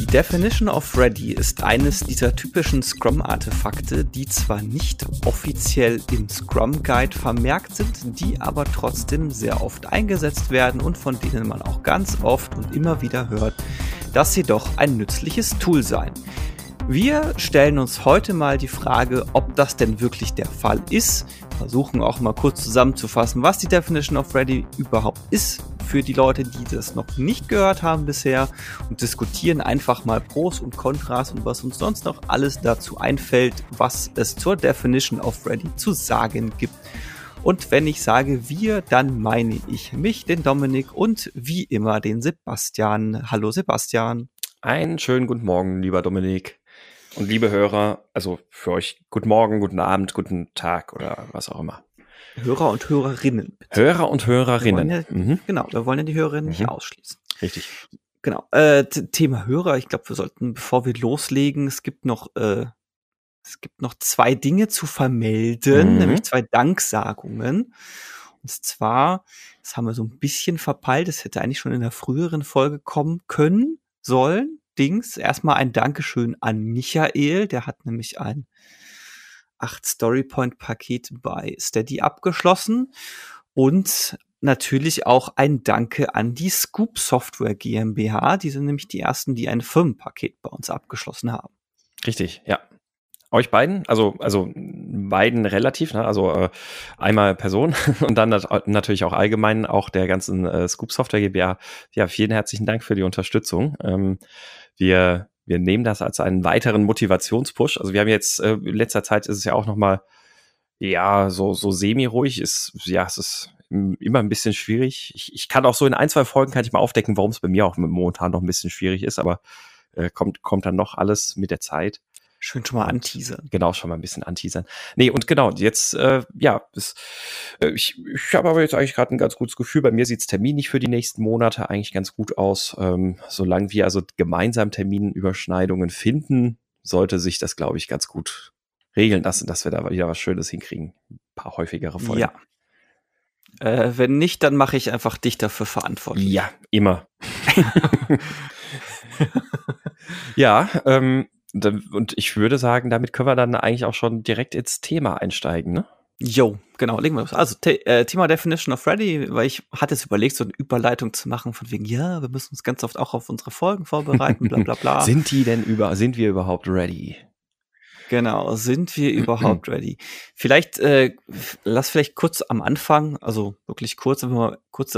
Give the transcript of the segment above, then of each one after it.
Definition of Ready ist eines dieser typischen Scrum-Artefakte, die zwar nicht offiziell im Scrum Guide vermerkt sind, die aber trotzdem sehr oft eingesetzt werden und von denen man auch ganz oft und immer wieder hört, dass sie doch ein nützliches Tool seien. Wir stellen uns heute mal die Frage, ob das denn wirklich der Fall ist. Versuchen auch mal kurz zusammenzufassen, was die Definition of Ready überhaupt ist für die Leute, die das noch nicht gehört haben bisher, und diskutieren einfach mal Pros und Kontras und was uns sonst noch alles dazu einfällt, was es zur Definition of Ready zu sagen gibt. Und wenn ich sage wir, dann meine ich mich, den Dominik, und wie immer den Sebastian. Hallo Sebastian. Einen schönen guten Morgen, lieber Dominik. Und liebe Hörer, also für euch guten Morgen, guten Abend, guten Tag oder was auch immer. Hörer und Hörerinnen. Bitte. Hörer und Hörerinnen. Genau, wir wollen ja die Hörerinnen nicht ausschließen. Richtig. Genau. Thema Hörer, ich glaube, wir sollten, bevor wir loslegen, es gibt noch 2 Dinge zu vermelden, nämlich 2 Danksagungen. Und zwar, das haben wir so ein bisschen verpeilt, das hätte eigentlich schon in der früheren Folge kommen können, sollen. Erstmal ein Dankeschön an Michael, der hat nämlich ein 8 Storypoint-Paket bei Steady abgeschlossen, und natürlich auch ein Danke an die Scoop Software GmbH, die sind nämlich die ersten, die ein Firmenpaket bei uns abgeschlossen haben. Richtig, ja. Euch beiden, also beiden relativ, ne? Also einmal Person und dann natürlich auch allgemein auch der ganzen Scoop Software GmbH. Ja, vielen herzlichen Dank für die Unterstützung. Wir nehmen das als einen weiteren Motivationspush. Also wir haben jetzt, in letzter Zeit ist es ja auch nochmal, ja, so semi-ruhig. Es ist immer ein bisschen schwierig. Ich kann auch so in 1, 2 Folgen kann ich mal aufdecken, warum es bei mir auch momentan noch ein bisschen schwierig ist, aber kommt dann noch alles mit der Zeit. Schön schon mal anteasern. Genau, schon mal ein bisschen anteasern. Nee, und genau, jetzt, ich habe aber jetzt eigentlich gerade ein ganz gutes Gefühl. Bei mir sieht's terminlich für die nächsten Monate eigentlich ganz gut aus. Solange wir also gemeinsam Terminüberschneidungen finden, sollte sich das, glaube ich, ganz gut regeln lassen, dass wir da wieder was Schönes hinkriegen. Ein paar häufigere Folgen. Ja. Wenn nicht, dann mache ich einfach dich dafür verantwortlich. Ja, immer. Ja, und ich würde sagen, damit können wir dann eigentlich auch schon direkt ins Thema einsteigen, ne? Jo, genau, legen wir los. Also Thema Definition of Ready, weil ich hatte jetzt überlegt, so eine Überleitung zu machen von wegen, ja, wir müssen uns ganz oft auch auf unsere Folgen vorbereiten, bla bla bla. Sind wir überhaupt ready? Genau, sind wir überhaupt ready? Vielleicht, lass vielleicht kurz am Anfang, also wirklich kurz, einfach mal kurz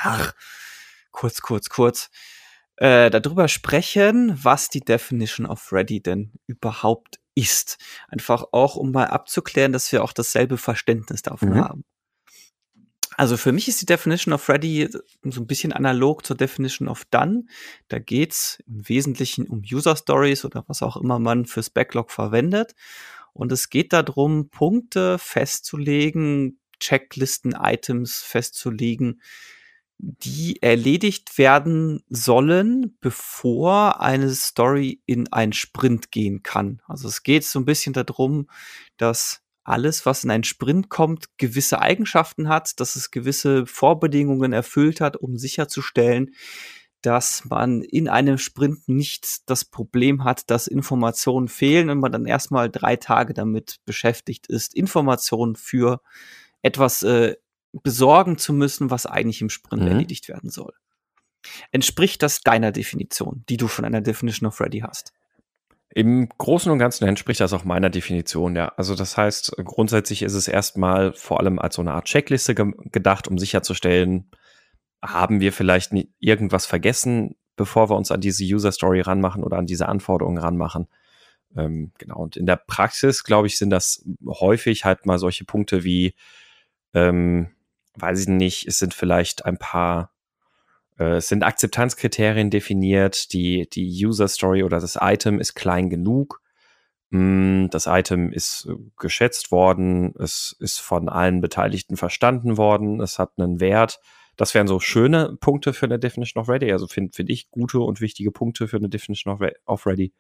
darüber sprechen, was die Definition of Ready denn überhaupt ist. Einfach auch, um mal abzuklären, dass wir auch dasselbe Verständnis davon haben. Also für mich ist die Definition of Ready so ein bisschen analog zur Definition of Done. Da geht's im Wesentlichen um User Stories oder was auch immer man fürs Backlog verwendet. Und es geht darum, Punkte festzulegen, Checklisten, Items festzulegen, die erledigt werden sollen, bevor eine Story in einen Sprint gehen kann. Also es geht so ein bisschen darum, dass alles, was in einen Sprint kommt, gewisse Eigenschaften hat, dass es gewisse Vorbedingungen erfüllt hat, um sicherzustellen, dass man in einem Sprint nicht das Problem hat, dass Informationen fehlen und man dann erstmal 3 Tage damit beschäftigt ist, Informationen für etwas besorgen zu müssen, was eigentlich im Sprint erledigt werden soll. Entspricht das deiner Definition, die du von einer Definition of Ready hast? Im Großen und Ganzen entspricht das auch meiner Definition, ja. Also das heißt, grundsätzlich ist es erstmal vor allem als so eine Art Checkliste gedacht, um sicherzustellen, haben wir vielleicht irgendwas vergessen, bevor wir uns an diese User Story ranmachen oder an diese Anforderungen ranmachen. Genau. Und in der Praxis, glaube ich, sind das häufig halt mal solche Punkte wie, weiß ich nicht, es sind vielleicht ein paar, es sind Akzeptanzkriterien definiert, die User Story oder das Item ist klein genug, das Item ist geschätzt worden, es ist von allen Beteiligten verstanden worden, es hat einen Wert. Das wären so schöne Punkte für eine Definition of Ready, also finde ich gute und wichtige Punkte für eine Definition of Ready.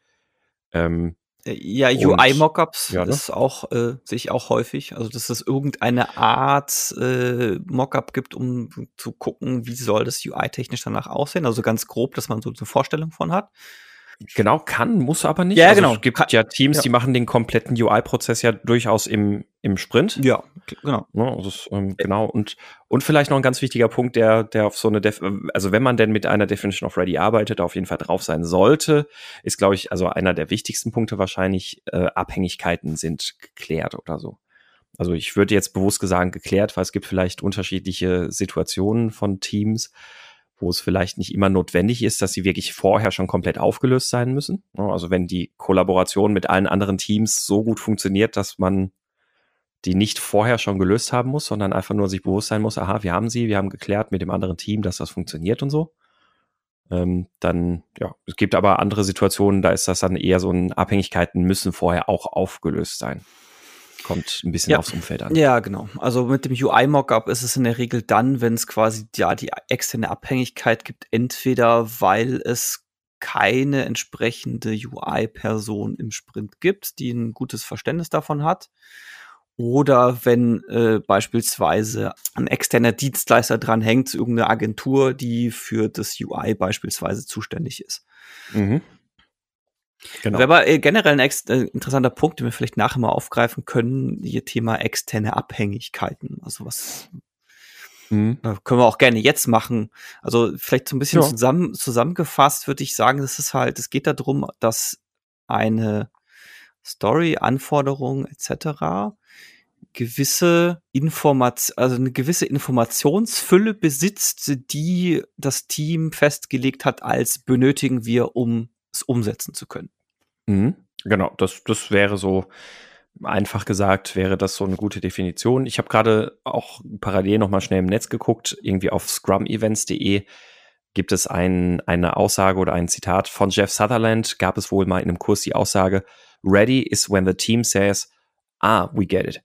Ja, UI-Mockups ja, ne? ist auch, sehe ich auch häufig. Also, dass es irgendeine Art Mockup gibt, um zu gucken, wie soll das UI technisch danach aussehen. Also ganz grob, dass man so eine Vorstellung von hat. Genau, kann, muss aber nicht. Ja, Also genau. es gibt ja Teams, die Ja. machen den kompletten UI-Prozess ja durchaus im Sprint. Ja, genau. Ne, also genau. Und vielleicht noch ein ganz wichtiger Punkt, der auf so eine, also wenn man denn mit einer Definition of Ready arbeitet, auf jeden Fall drauf sein sollte, ist, glaube ich, also einer der wichtigsten Punkte wahrscheinlich, Abhängigkeiten sind geklärt oder so. Also ich würde jetzt bewusst sagen geklärt, weil es gibt vielleicht unterschiedliche Situationen von Teams, wo es vielleicht nicht immer notwendig ist, dass sie wirklich vorher schon komplett aufgelöst sein müssen. Also wenn die Kollaboration mit allen anderen Teams so gut funktioniert, dass man die nicht vorher schon gelöst haben muss, sondern einfach nur sich bewusst sein muss, aha, wir haben geklärt mit dem anderen Team, dass das funktioniert und so. Dann, ja, es gibt aber andere Situationen, da ist das dann eher so ein Abhängigkeiten müssen vorher auch aufgelöst sein. Kommt ein bisschen aufs Umfeld an. Ja, genau. Also mit dem UI-Mockup ist es in der Regel dann, wenn es quasi die externe Abhängigkeit gibt, entweder weil es keine entsprechende UI-Person im Sprint gibt, die ein gutes Verständnis davon hat, oder wenn beispielsweise ein externer Dienstleister dran hängt, irgendeine Agentur, die für das UI beispielsweise zuständig ist. Mhm. Genau. Wäre aber generell ein interessanter Punkt, den wir vielleicht nachher mal aufgreifen können, ihr Thema externe Abhängigkeiten. Also was können wir auch gerne jetzt machen. Also vielleicht so ein bisschen zusammengefasst würde ich sagen, es geht darum, dass eine Story, Anforderung etc. also eine gewisse Informationsfülle besitzt, die das Team festgelegt hat, als benötigen wir, um es umsetzen zu können. Genau, das wäre so, einfach gesagt, wäre das so eine gute Definition. Ich habe gerade auch parallel noch mal schnell im Netz geguckt, irgendwie auf scrumevents.de gibt es eine Aussage oder ein Zitat von Jeff Sutherland, gab es wohl mal in einem Kurs die Aussage, ready is when the team says, we get it.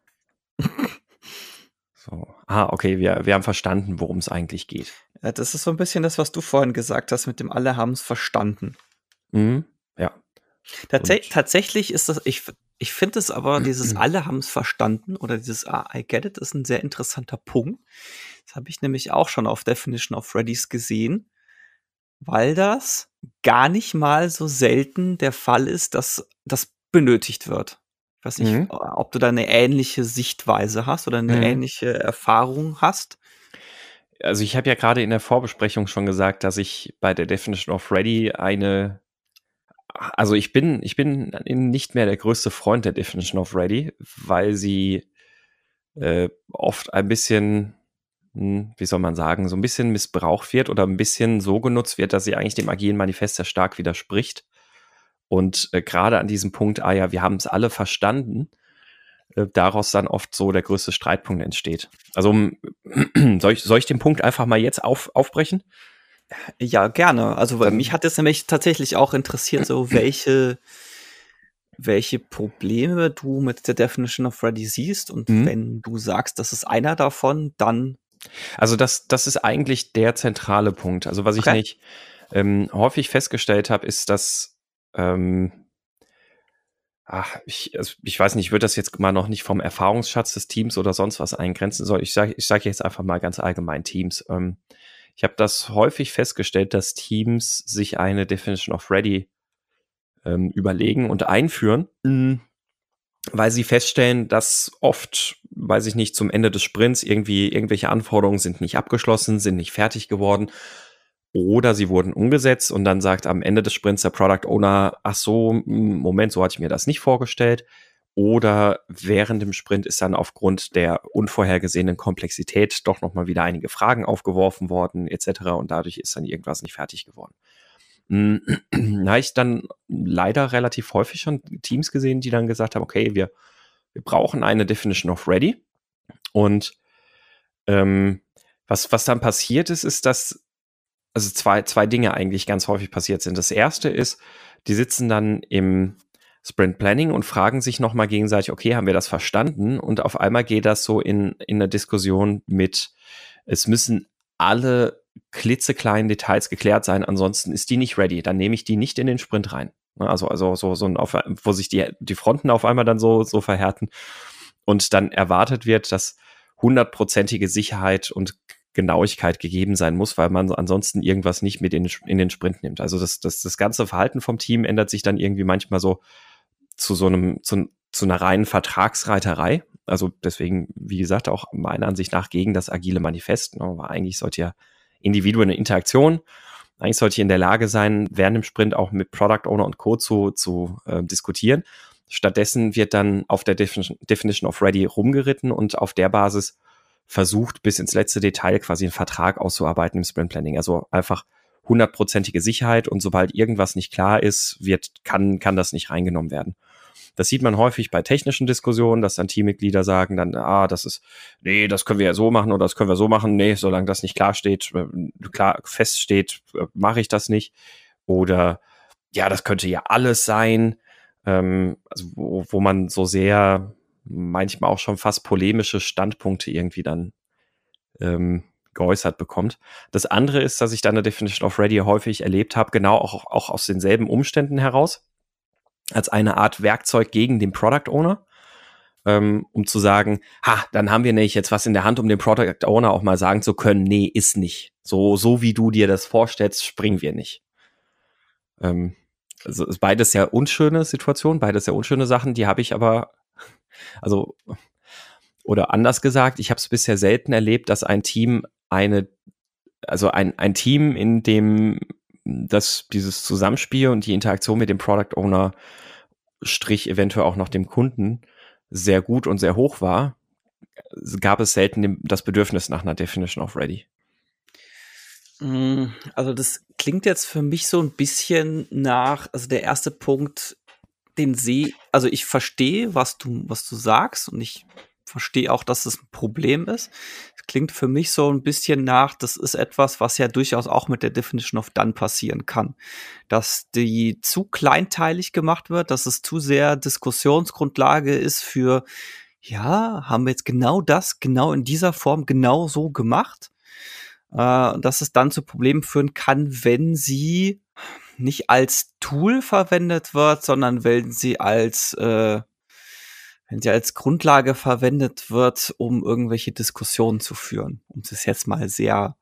So, okay, wir haben verstanden, worum es eigentlich geht. Ja, das ist so ein bisschen das, was du vorhin gesagt hast, mit dem alle haben es verstanden. Ja. Tatsächlich ist das, ich finde es aber, dieses alle haben es verstanden oder dieses I get it ist ein sehr interessanter Punkt. Das habe ich nämlich auch schon auf Definition of Readies gesehen, weil das gar nicht mal so selten der Fall ist, dass das benötigt wird. Ich weiß nicht, ob du da eine ähnliche Sichtweise hast oder eine ähnliche Erfahrung hast. Also ich habe ja gerade in der Vorbesprechung schon gesagt, dass ich bei der Definition of Ready also ich bin nicht mehr der größte Freund der Definition of Ready, weil sie oft ein bisschen, wie soll man sagen, so ein bisschen missbraucht wird oder ein bisschen so genutzt wird, dass sie eigentlich dem agilen Manifest sehr stark widerspricht. Und gerade an diesem Punkt, wir haben es alle verstanden, daraus dann oft so der größte Streitpunkt entsteht. Also soll ich den Punkt einfach mal jetzt aufbrechen? Ja, gerne. Also mich hat es nämlich tatsächlich auch interessiert, so welche Probleme du mit der Definition of Ready siehst. Und wenn du sagst, das ist einer davon, dann. Also das ist eigentlich der zentrale Punkt. Also was ich nicht häufig festgestellt habe, ist, dass ich weiß nicht, ich würde das jetzt mal noch nicht vom Erfahrungsschatz des Teams oder sonst was eingrenzen soll. Ich sag jetzt einfach mal ganz allgemein Teams. Ich habe das häufig festgestellt, dass Teams sich eine Definition of Ready überlegen und einführen, weil sie feststellen, dass oft, weiß ich nicht, zum Ende des Sprints irgendwelche Anforderungen sind nicht abgeschlossen, sind nicht fertig geworden oder sie wurden umgesetzt und dann sagt am Ende des Sprints der Product Owner, ach so, Moment, so hatte ich mir das nicht vorgestellt. Oder während dem Sprint ist dann aufgrund der unvorhergesehenen Komplexität doch nochmal wieder einige Fragen aufgeworfen worden, etc. Und dadurch ist dann irgendwas nicht fertig geworden. Da habe ich dann leider relativ häufig schon Teams gesehen, die dann gesagt haben, okay, wir brauchen eine Definition of Ready. Und was dann passiert ist, dass also zwei Dinge eigentlich ganz häufig passiert sind. Das erste ist, die sitzen dann im Sprint Planning und fragen sich nochmal gegenseitig, okay, haben wir das verstanden? Und auf einmal geht das so in eine Diskussion mit, es müssen alle klitzekleinen Details geklärt sein, ansonsten ist die nicht ready. Dann nehme ich die nicht in den Sprint rein. Also wo sich die Fronten auf einmal dann so verhärten und dann erwartet wird, dass 100%ige Sicherheit und Genauigkeit gegeben sein muss, weil man ansonsten irgendwas nicht mit in den Sprint nimmt. Also das ganze Verhalten vom Team ändert sich dann irgendwie manchmal so zu einer reinen Vertragsreiterei. Also deswegen, wie gesagt, auch meiner Ansicht nach gegen das agile Manifest. Ne? Weil eigentlich sollte ja Individuen eine Interaktion, eigentlich sollte ich in der Lage sein, während dem Sprint auch mit Product Owner und Co. zu diskutieren. Stattdessen wird dann auf der Definition of Ready rumgeritten und auf der Basis versucht, bis ins letzte Detail quasi einen Vertrag auszuarbeiten im Sprint Planning. Also einfach 100%ige Sicherheit, und sobald irgendwas nicht klar ist, kann das nicht reingenommen werden. Das sieht man häufig bei technischen Diskussionen, dass dann Teammitglieder sagen dann, das können wir ja so machen oder das können wir so machen. Nee, solange das nicht klar feststeht, mache ich das nicht. Oder ja, das könnte ja alles sein. Also wo man so sehr manchmal auch schon fast polemische Standpunkte irgendwie dann geäußert bekommt. Das andere ist, dass ich dann eine Definition of Ready häufig erlebt habe, genau auch aus denselben Umständen heraus, als eine Art Werkzeug gegen den Product Owner, um zu sagen, dann haben wir nämlich jetzt was in der Hand, um dem Product Owner auch mal sagen zu können, nee, ist nicht. So wie du dir das vorstellst, springen wir nicht. Also ist beides sehr unschöne Situationen, beides sehr unschöne Sachen, die habe ich aber, oder anders gesagt, ich habe es bisher selten erlebt, dass ein Team ein Team, in dem dieses Zusammenspiel und die Interaktion mit dem Product Owner Strich eventuell auch noch dem Kunden sehr gut und sehr hoch war, gab es selten das Bedürfnis nach einer Definition of Ready. Also das klingt jetzt für mich so ein bisschen nach, also der erste Punkt, also ich verstehe, was du sagst, und ich verstehe auch, dass es ein Problem ist. Es klingt für mich so ein bisschen nach, das ist etwas, was ja durchaus auch mit der Definition of Done passieren kann. Dass die zu kleinteilig gemacht wird, dass es zu sehr Diskussionsgrundlage ist für, ja, haben wir jetzt genau das, genau in dieser Form, genau so gemacht. Dass es dann zu Problemen führen kann, wenn sie nicht als Tool verwendet wird, sondern wenn sie als Grundlage verwendet wird, um irgendwelche Diskussionen zu führen. Um es jetzt mal sehr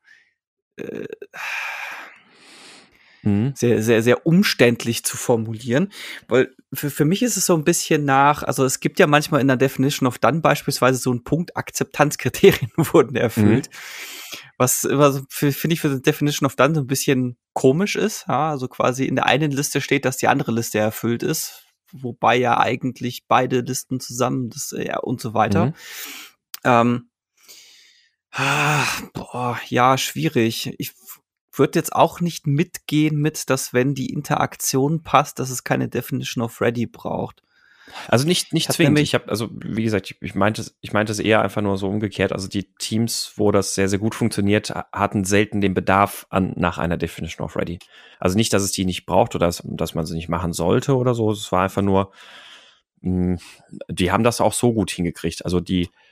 sehr, sehr, sehr umständlich zu formulieren. Weil für mich ist es so ein bisschen also es gibt ja manchmal in der Definition of Done beispielsweise so ein Punkt, Akzeptanzkriterien wurden erfüllt. Was immer so, finde ich, für die Definition of Done so ein bisschen komisch ist. Ja? Also quasi in der einen Liste steht, dass die andere Liste erfüllt ist. Wobei ja eigentlich beide Listen zusammen, und so weiter. Schwierig. Ich würde jetzt auch nicht mitgehen dass wenn die Interaktion passt, dass es keine Definition of Ready braucht. Also nicht zwingend. Wie gesagt, ich meinte es eher einfach nur so umgekehrt. Also die Teams, wo das sehr, sehr gut funktioniert, hatten selten den Bedarf nach einer Definition of Ready. Also nicht, dass es die nicht braucht oder dass man sie nicht machen sollte oder so. Es war einfach nur, die haben das auch so gut hingekriegt. Also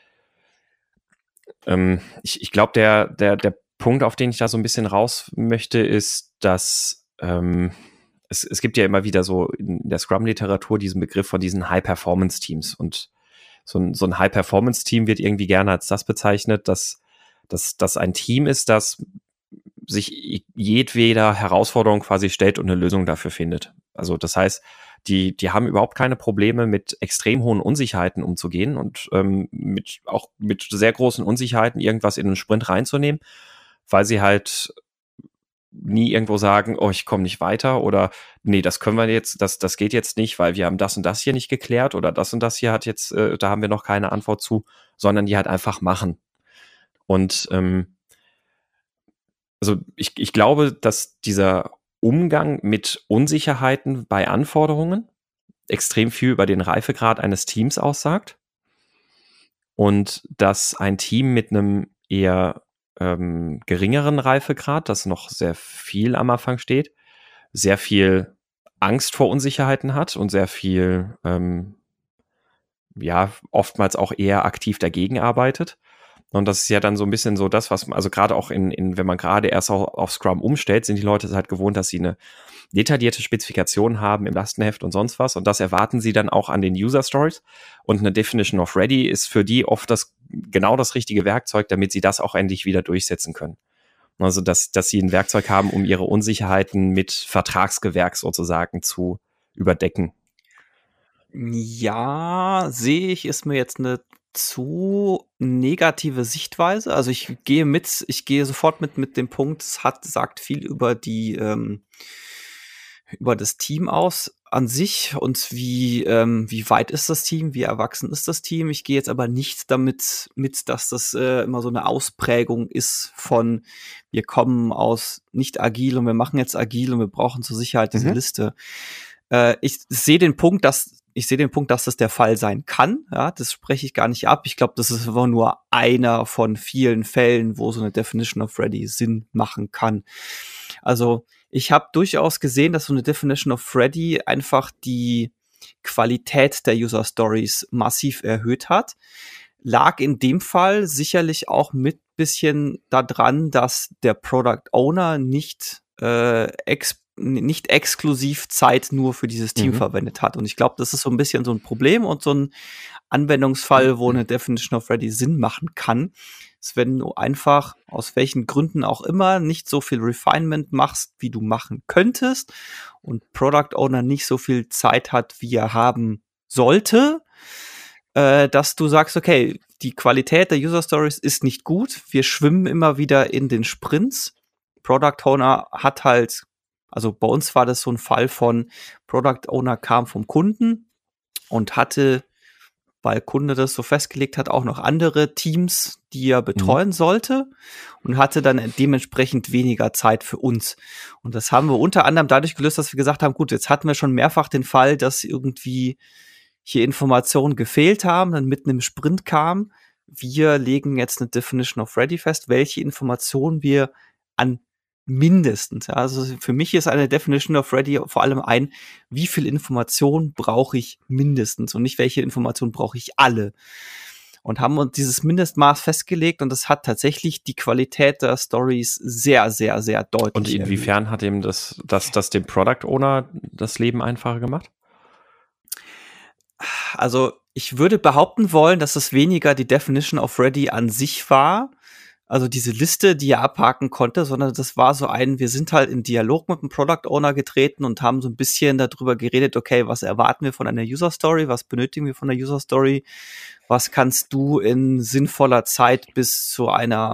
ich glaube, der Punkt, auf den ich da so ein bisschen raus möchte, ist, dass es gibt ja immer wieder so in der Scrum-Literatur diesen Begriff von diesen High-Performance-Teams. Und so ein High-Performance-Team wird irgendwie gerne als das bezeichnet, dass ein Team ist, das sich jedweder Herausforderung quasi stellt und eine Lösung dafür findet. Also das heißt, die haben überhaupt keine Probleme, mit extrem hohen Unsicherheiten umzugehen und mit sehr großen Unsicherheiten irgendwas in einen Sprint reinzunehmen, weil sie halt nie irgendwo sagen, ich komme nicht weiter oder nee, das können wir jetzt, das geht jetzt nicht, weil wir haben das und das hier nicht geklärt oder das und das hier hat jetzt, da haben wir noch keine Antwort zu, sondern die halt einfach machen. Und also ich glaube, dass dieser Umgang mit Unsicherheiten bei Anforderungen extrem viel über den Reifegrad eines Teams aussagt und dass ein Team mit einem eher geringeren Reifegrad, das noch sehr viel am Anfang steht, sehr viel Angst vor Unsicherheiten hat und sehr viel, oftmals auch eher aktiv dagegen arbeitet. Und das ist ja dann so ein bisschen so das, was, also gerade auch wenn man gerade erst auf Scrum umstellt, sind die Leute halt gewohnt, dass sie eine detaillierte Spezifikation haben im Lastenheft und sonst was. Und das erwarten sie dann auch an den User Stories. Und eine Definition of Ready ist für die oft genau das richtige Werkzeug, damit sie das auch endlich wieder durchsetzen können. Also, dass sie ein Werkzeug haben, um ihre Unsicherheiten mit Vertragsgewerk sozusagen zu überdecken. Ja, sehe ich, ist mir jetzt eine zu negative Sichtweise. Also, ich gehe sofort mit dem Punkt, es sagt viel über das Team aus an sich und wie weit ist das Team, wie erwachsen ist das Team. Ich gehe jetzt aber nicht damit mit, dass das immer so eine Ausprägung ist von wir kommen aus nicht agil und wir machen jetzt agil und wir brauchen zur Sicherheit diese Liste. Ich sehe den Punkt, dass das der Fall sein kann. Ja, das spreche ich gar nicht ab. Ich glaube, das ist aber nur einer von vielen Fällen, wo so eine Definition of Ready Sinn machen kann. Also ich habe durchaus gesehen, dass so eine Definition of Ready einfach die Qualität der User Stories massiv erhöht hat. Lag in dem Fall sicherlich auch mit bisschen daran, dass der Product Owner nicht exklusiv Zeit nur für dieses Team verwendet hat. Und ich glaube, das ist so ein bisschen so ein Problem und so ein Anwendungsfall, wo eine Definition of Ready Sinn machen kann, ist, wenn du einfach aus welchen Gründen auch immer nicht so viel Refinement machst, wie du machen könntest und Product Owner nicht so viel Zeit hat, wie er haben sollte, dass du sagst, okay, die Qualität der User Stories ist nicht gut, wir schwimmen immer wieder in den Sprints. Product Owner hat halt, also bei uns war das so ein Fall von Product Owner kam vom Kunden und hatte, weil Kunde das so festgelegt hat, auch noch andere Teams, die er betreuen sollte und hatte dann dementsprechend weniger Zeit für uns. Und das haben wir unter anderem dadurch gelöst, dass wir gesagt haben, gut, jetzt hatten wir schon mehrfach den Fall, dass irgendwie hier Informationen gefehlt haben, dann mitten im Sprint kam. Wir legen jetzt eine Definition of Ready fest, welche Informationen wir an mindestens, ja, also für mich ist eine Definition of Ready vor allem wie viel Information brauche ich mindestens und nicht welche Information brauche ich alle. Und haben uns dieses Mindestmaß festgelegt und das hat tatsächlich die Qualität der Stories sehr, sehr, sehr deutlich Und inwiefern hat ihm das dem Product Owner das Leben einfacher gemacht? Also ich würde behaupten wollen, dass es weniger die Definition of Ready an sich war, also diese Liste, die er abhaken konnte, sondern das war so wir sind halt in Dialog mit dem Product Owner getreten und haben so ein bisschen darüber geredet, okay, was erwarten wir von einer User Story, was benötigen wir von der User Story, was kannst du in sinnvoller Zeit bis zu einem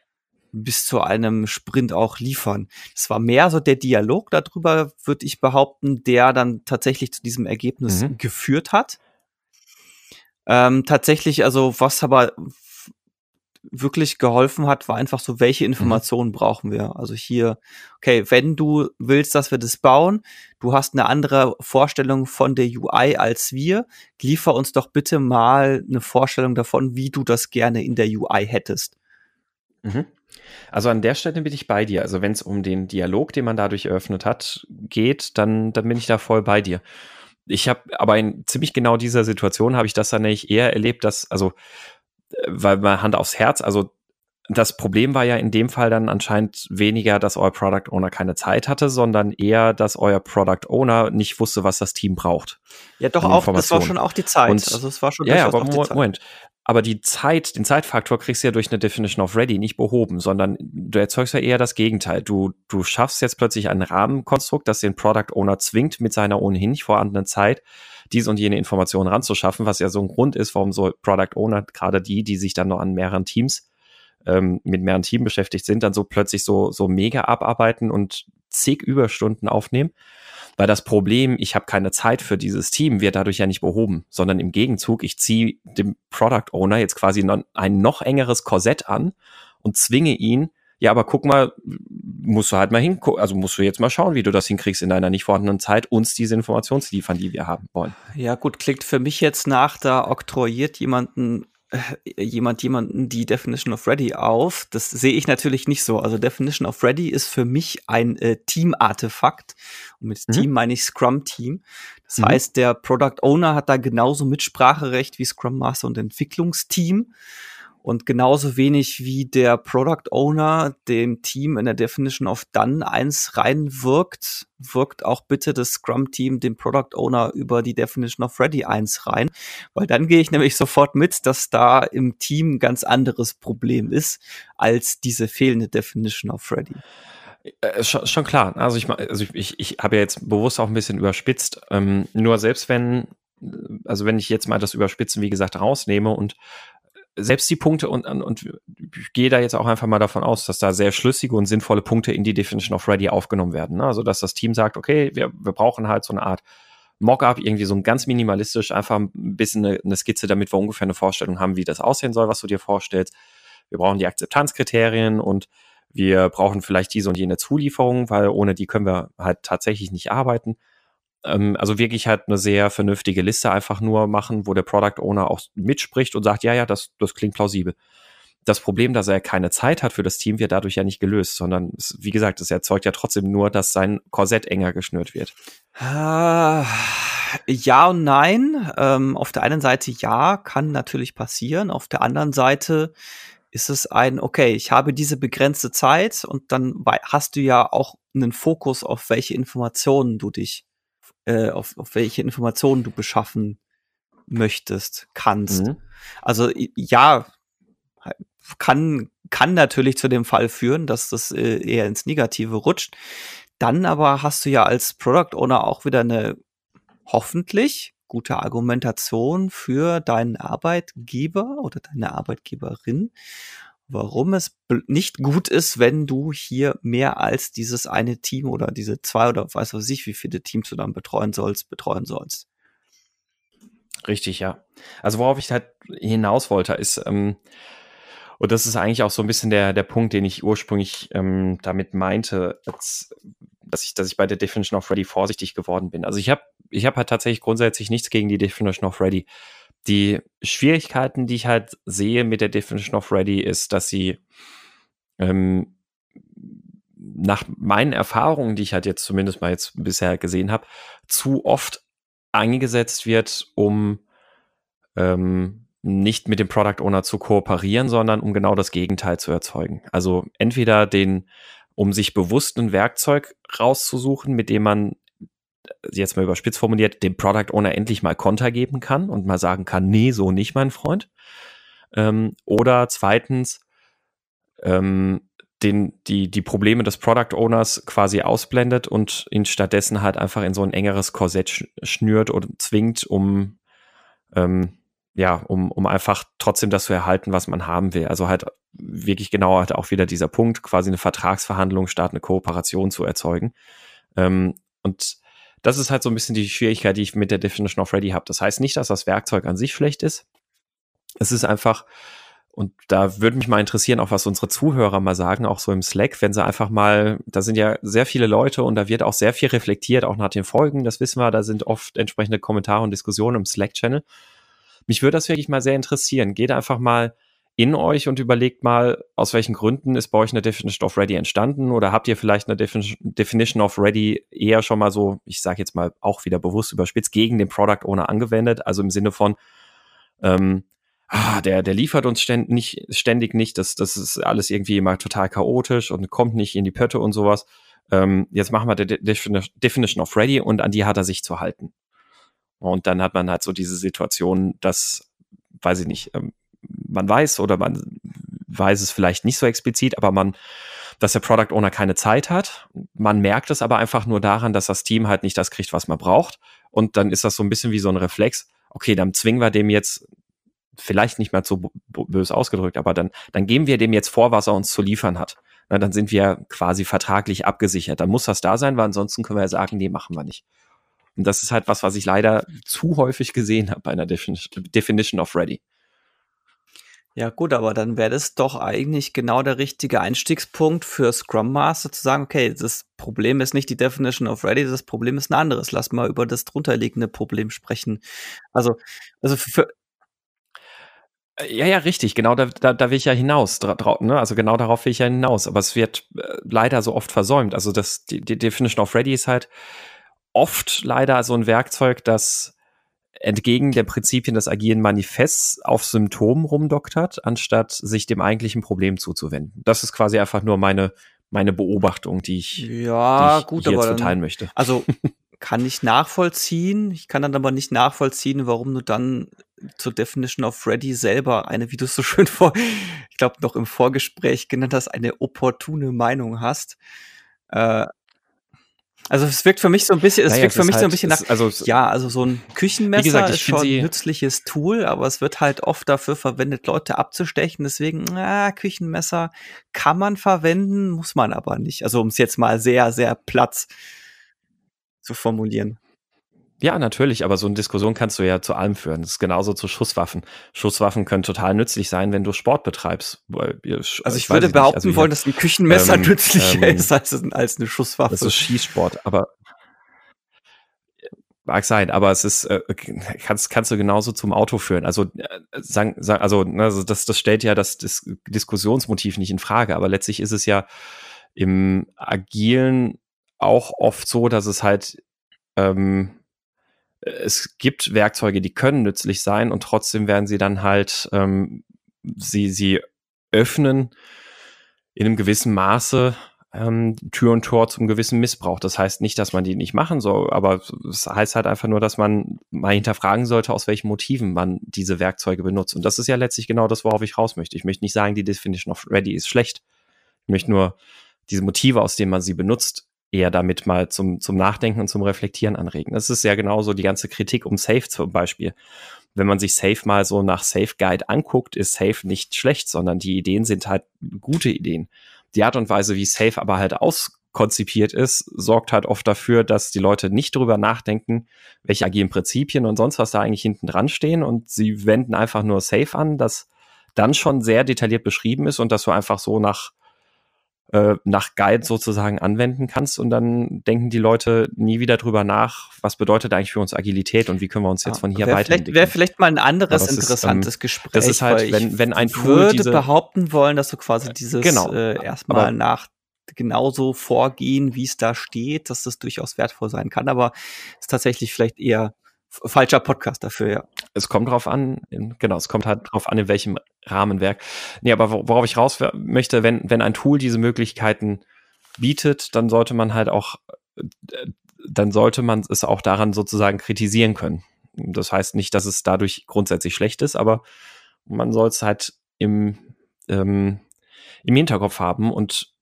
Sprint auch liefern. Das war mehr so der Dialog darüber, würde ich behaupten, der dann tatsächlich zu diesem Ergebnis geführt hat. Tatsächlich, also was aber wirklich geholfen hat, war einfach so, welche Informationen brauchen wir? Also hier, okay, wenn du willst, dass wir das bauen, du hast eine andere Vorstellung von der UI als wir, liefer uns doch bitte mal eine Vorstellung davon, wie du das gerne in der UI hättest. Also an der Stelle bin ich bei dir. Also wenn es um den Dialog, den man dadurch eröffnet hat, geht, dann bin ich da voll bei dir. Ich habe aber in ziemlich genau dieser Situation habe ich das dann nämlich eher erlebt, weil mal Hand aufs Herz, also das Problem war ja in dem Fall dann anscheinend weniger, dass euer Product Owner keine Zeit hatte, sondern eher, dass euer Product Owner nicht wusste, was das Team braucht. Ja, doch auch, das war schon auch die Zeit. Also es war schon aber Moment. Aber den Zeitfaktor kriegst du ja durch eine Definition of Ready nicht behoben, sondern du erzeugst ja eher das Gegenteil. Du schaffst jetzt plötzlich ein Rahmenkonstrukt, das den Product Owner zwingt, mit seiner ohnehin nicht vorhandenen Zeit diese und jene Informationen ranzuschaffen, was ja so ein Grund ist, warum so Product Owner, gerade die sich dann noch an mehreren Teams mit mehreren Teams beschäftigt sind, dann so plötzlich so mega abarbeiten und zig Überstunden aufnehmen. Weil das Problem, ich habe keine Zeit für dieses Team, wird dadurch ja nicht behoben, sondern im Gegenzug, ich ziehe dem Product Owner jetzt quasi ein noch engeres Korsett an und zwinge ihn, ja, aber guck mal, musst du halt mal hingucken, also musst du jetzt mal schauen, wie du das hinkriegst in deiner nicht vorhandenen Zeit, uns diese Informationen zu liefern, die wir haben wollen. Ja gut, klingt für mich jetzt nach, da oktroyiert jemanden die Definition of Ready auf. Das sehe ich natürlich nicht so. Also Definition of Ready ist für mich ein Team-Artefakt. Und mit Team meine ich Scrum-Team. Das heißt, der Product Owner hat da genauso Mitspracherecht wie Scrum Master und Entwicklungsteam. Und genauso wenig wie der Product Owner dem Team in der Definition of Done 1 reinwirkt, wirkt auch bitte das Scrum-Team dem Product Owner über die Definition of Ready 1 rein. Weil dann gehe ich nämlich sofort mit, dass da im Team ein ganz anderes Problem ist, als diese fehlende Definition of Ready. Schon klar. Also ich habe ja jetzt bewusst auch ein bisschen überspitzt. Nur selbst wenn ich jetzt mal das Überspitzen, wie gesagt, rausnehme und selbst die Punkte und ich gehe da jetzt auch einfach mal davon aus, dass da sehr schlüssige und sinnvolle Punkte in die Definition of Ready aufgenommen werden. Ne? Also dass das Team sagt, okay, wir brauchen halt so eine Art Mockup, irgendwie so ein ganz minimalistisch, einfach ein bisschen eine Skizze, damit wir ungefähr eine Vorstellung haben, wie das aussehen soll, was du dir vorstellst. Wir brauchen die Akzeptanzkriterien und wir brauchen vielleicht diese und jene Zulieferung, weil ohne die können wir halt tatsächlich nicht arbeiten. Also wirklich halt eine sehr vernünftige Liste einfach nur machen, wo der Product Owner auch mitspricht und sagt, ja, das klingt plausibel. Das Problem, dass er keine Zeit hat für das Team, wird dadurch ja nicht gelöst, sondern wie gesagt, es erzeugt ja trotzdem nur, dass sein Korsett enger geschnürt wird. Ja und nein. Auf der einen Seite ja, kann natürlich passieren. Auf der anderen Seite ist es okay, ich habe diese begrenzte Zeit und dann hast du ja auch einen Fokus, auf welche Informationen du dich auf welche Informationen du beschaffen möchtest, kannst. Mhm. Also ja, kann natürlich zu dem Fall führen, dass das eher ins Negative rutscht. Dann aber hast du ja als Product Owner auch wieder eine hoffentlich gute Argumentation für deinen Arbeitgeber oder deine Arbeitgeberin, warum es nicht gut ist, wenn du hier mehr als dieses eine Team oder diese 2 oder weiß was ich, wie viele Teams du dann betreuen sollst. Richtig, ja. Also worauf ich halt hinaus wollte, ist, und das ist eigentlich auch so ein bisschen der Punkt, den ich ursprünglich damit meinte, dass ich bei der Definition of Ready vorsichtig geworden bin. Also ich habe halt tatsächlich grundsätzlich nichts gegen die Definition of Ready. Die Schwierigkeiten, die ich halt sehe mit der Definition of Ready, ist, dass sie nach meinen Erfahrungen, die ich halt jetzt zumindest mal jetzt bisher gesehen habe, zu oft eingesetzt wird, um nicht mit dem Product Owner zu kooperieren, sondern um genau das Gegenteil zu erzeugen. Also entweder um sich bewusst ein Werkzeug rauszusuchen, mit dem man, jetzt mal überspitzt formuliert, dem Product Owner endlich mal Konter geben kann und mal sagen kann, nee, so nicht, mein Freund. Oder zweitens, die Probleme des Product Owners quasi ausblendet und ihn stattdessen halt einfach in so ein engeres Korsett schnürt und zwingt, um einfach trotzdem das zu erhalten, was man haben will. Also halt wirklich genau halt auch wieder dieser Punkt, quasi eine Vertragsverhandlung statt eine Kooperation zu erzeugen. Und das ist halt so ein bisschen die Schwierigkeit, die ich mit der Definition of Ready habe. Das heißt nicht, dass das Werkzeug an sich schlecht ist. Es ist einfach, und da würde mich mal interessieren, auch was unsere Zuhörer mal sagen, auch so im Slack, wenn sie einfach mal, da sind ja sehr viele Leute und da wird auch sehr viel reflektiert, auch nach den Folgen, das wissen wir, da sind oft entsprechende Kommentare und Diskussionen im Slack-Channel. Mich würde das wirklich mal sehr interessieren. Geht einfach mal in euch und überlegt mal, aus welchen Gründen ist bei euch eine Definition of Ready entstanden oder habt ihr vielleicht eine Definition of Ready eher schon mal so, ich sage jetzt mal auch wieder bewusst überspitzt, gegen den Product Owner angewendet, also im Sinne von, der liefert uns ständig nicht, das ist alles irgendwie immer total chaotisch und kommt nicht in die Pötte und sowas. Jetzt machen wir die Definition of Ready und an die hat er sich zu halten. Und dann hat man halt so diese Situation, dass, weiß ich nicht, man weiß oder man weiß es vielleicht nicht so explizit, aber dass der Product Owner keine Zeit hat. Man merkt es aber einfach nur daran, dass das Team halt nicht das kriegt, was man braucht. Und dann ist das so ein bisschen wie so ein Reflex. Okay, dann zwingen wir dem jetzt, vielleicht nicht mal so böse ausgedrückt, aber dann geben wir dem jetzt vor, was er uns zu liefern hat. Na, dann sind wir quasi vertraglich abgesichert. Dann muss das da sein, weil ansonsten können wir ja sagen, nee, machen wir nicht. Und das ist halt was ich leider zu häufig gesehen habe bei einer Definition of Ready. Ja gut, aber dann wäre das doch eigentlich genau der richtige Einstiegspunkt für Scrum Master zu sagen, okay, das Problem ist nicht die Definition of Ready, das Problem ist ein anderes. Lass mal über das drunterliegende Problem sprechen. Also für Ja, richtig, genau, da will ich ja hinaus, ne? Also genau darauf will ich ja hinaus, aber es wird leider so oft versäumt. Also die Definition of Ready ist halt oft leider so ein Werkzeug, das entgegen der Prinzipien des agilen Manifests auf Symptomen rumdoktert, anstatt sich dem eigentlichen Problem zuzuwenden. Das ist quasi einfach nur meine Beobachtung, die ich Ja, gut, hier aber jetzt dann, verteilen möchte. also kann ich nachvollziehen. Ich kann dann aber nicht nachvollziehen, warum du dann zur Definition of Ready selber eine, wie du es so schön ich glaube, noch im Vorgespräch genannt hast, eine opportune Meinung hast. Also es wirkt für mich so ein bisschen, Naja, es ist halt, nach, ja, also so ein wie Küchenmesser gesagt, ist ich finde schon ein sie, nützliches Tool, aber es wird halt oft dafür verwendet, Leute abzustechen. Deswegen, Küchenmesser kann man verwenden, muss man aber nicht. Also um es jetzt mal sehr, sehr platt zu formulieren. ja, natürlich, aber so eine Diskussion kannst du ja zu allem führen. Das ist genauso zu Schusswaffen. Schusswaffen können total nützlich sein, wenn du Sport betreibst. Also ich Weiß würde nicht. behaupten Also hier, wollen, dass ein Küchenmesser nützlicher ist als eine das Schusswaffe. ist Schießsport, aber mag sein, aber es ist, kannst du genauso zum Auto führen. Also, also das stellt ja das Diskussionsmotiv nicht in Frage, aber letztlich ist es ja im Agilen auch oft so, dass es halt, es gibt Werkzeuge, die können nützlich sein und trotzdem werden sie dann halt, sie öffnen in einem gewissen Maße Tür und Tor zum gewissen Missbrauch. Das heißt nicht, dass man die nicht machen soll, aber es heißt halt einfach nur, dass man mal hinterfragen sollte, aus welchen Motiven man diese Werkzeuge benutzt. Und das ist ja letztlich genau das, worauf ich raus möchte. Ich möchte nicht sagen, die Definition of Ready ist schlecht. Ich möchte nur diese Motive, aus denen man sie benutzt, eher damit mal zum Nachdenken und zum Reflektieren anregen. Das ist ja genauso die ganze Kritik um Safe zum Beispiel. Wenn man sich Safe mal so nach Safe Guide anguckt, ist Safe nicht schlecht, sondern die Ideen sind halt gute Ideen. Die Art und Weise, wie Safe aber halt auskonzipiert ist, sorgt halt oft dafür, dass die Leute nicht drüber nachdenken, welche agilen Prinzipien und sonst was da eigentlich hinten dran stehen, und sie wenden einfach nur Safe an, das dann schon sehr detailliert beschrieben ist und dass du einfach so nach Guide sozusagen anwenden kannst, und dann denken die Leute nie wieder drüber nach, was bedeutet eigentlich für uns Agilität und wie können wir uns jetzt von hier weiterentwickeln. Wäre vielleicht mal ein anderes ist, interessantes Gespräch. Das ist halt, weil wenn ein ich Tool würde behaupten wollen, dass du quasi dieses genau, erstmal nach genauso vorgehen, wie es da steht, dass das durchaus wertvoll sein kann, aber ist tatsächlich vielleicht eher falscher Podcast dafür, ja. Es kommt drauf an, es kommt halt drauf an, in welchem Rahmenwerk. Nee, aber worauf ich raus möchte, wenn ein Tool diese Möglichkeiten bietet, dann sollte man halt auch, dann sollte man es auch daran sozusagen kritisieren können. Das heißt nicht, dass es dadurch grundsätzlich schlecht ist, aber man soll es halt im Hinterkopf haben, und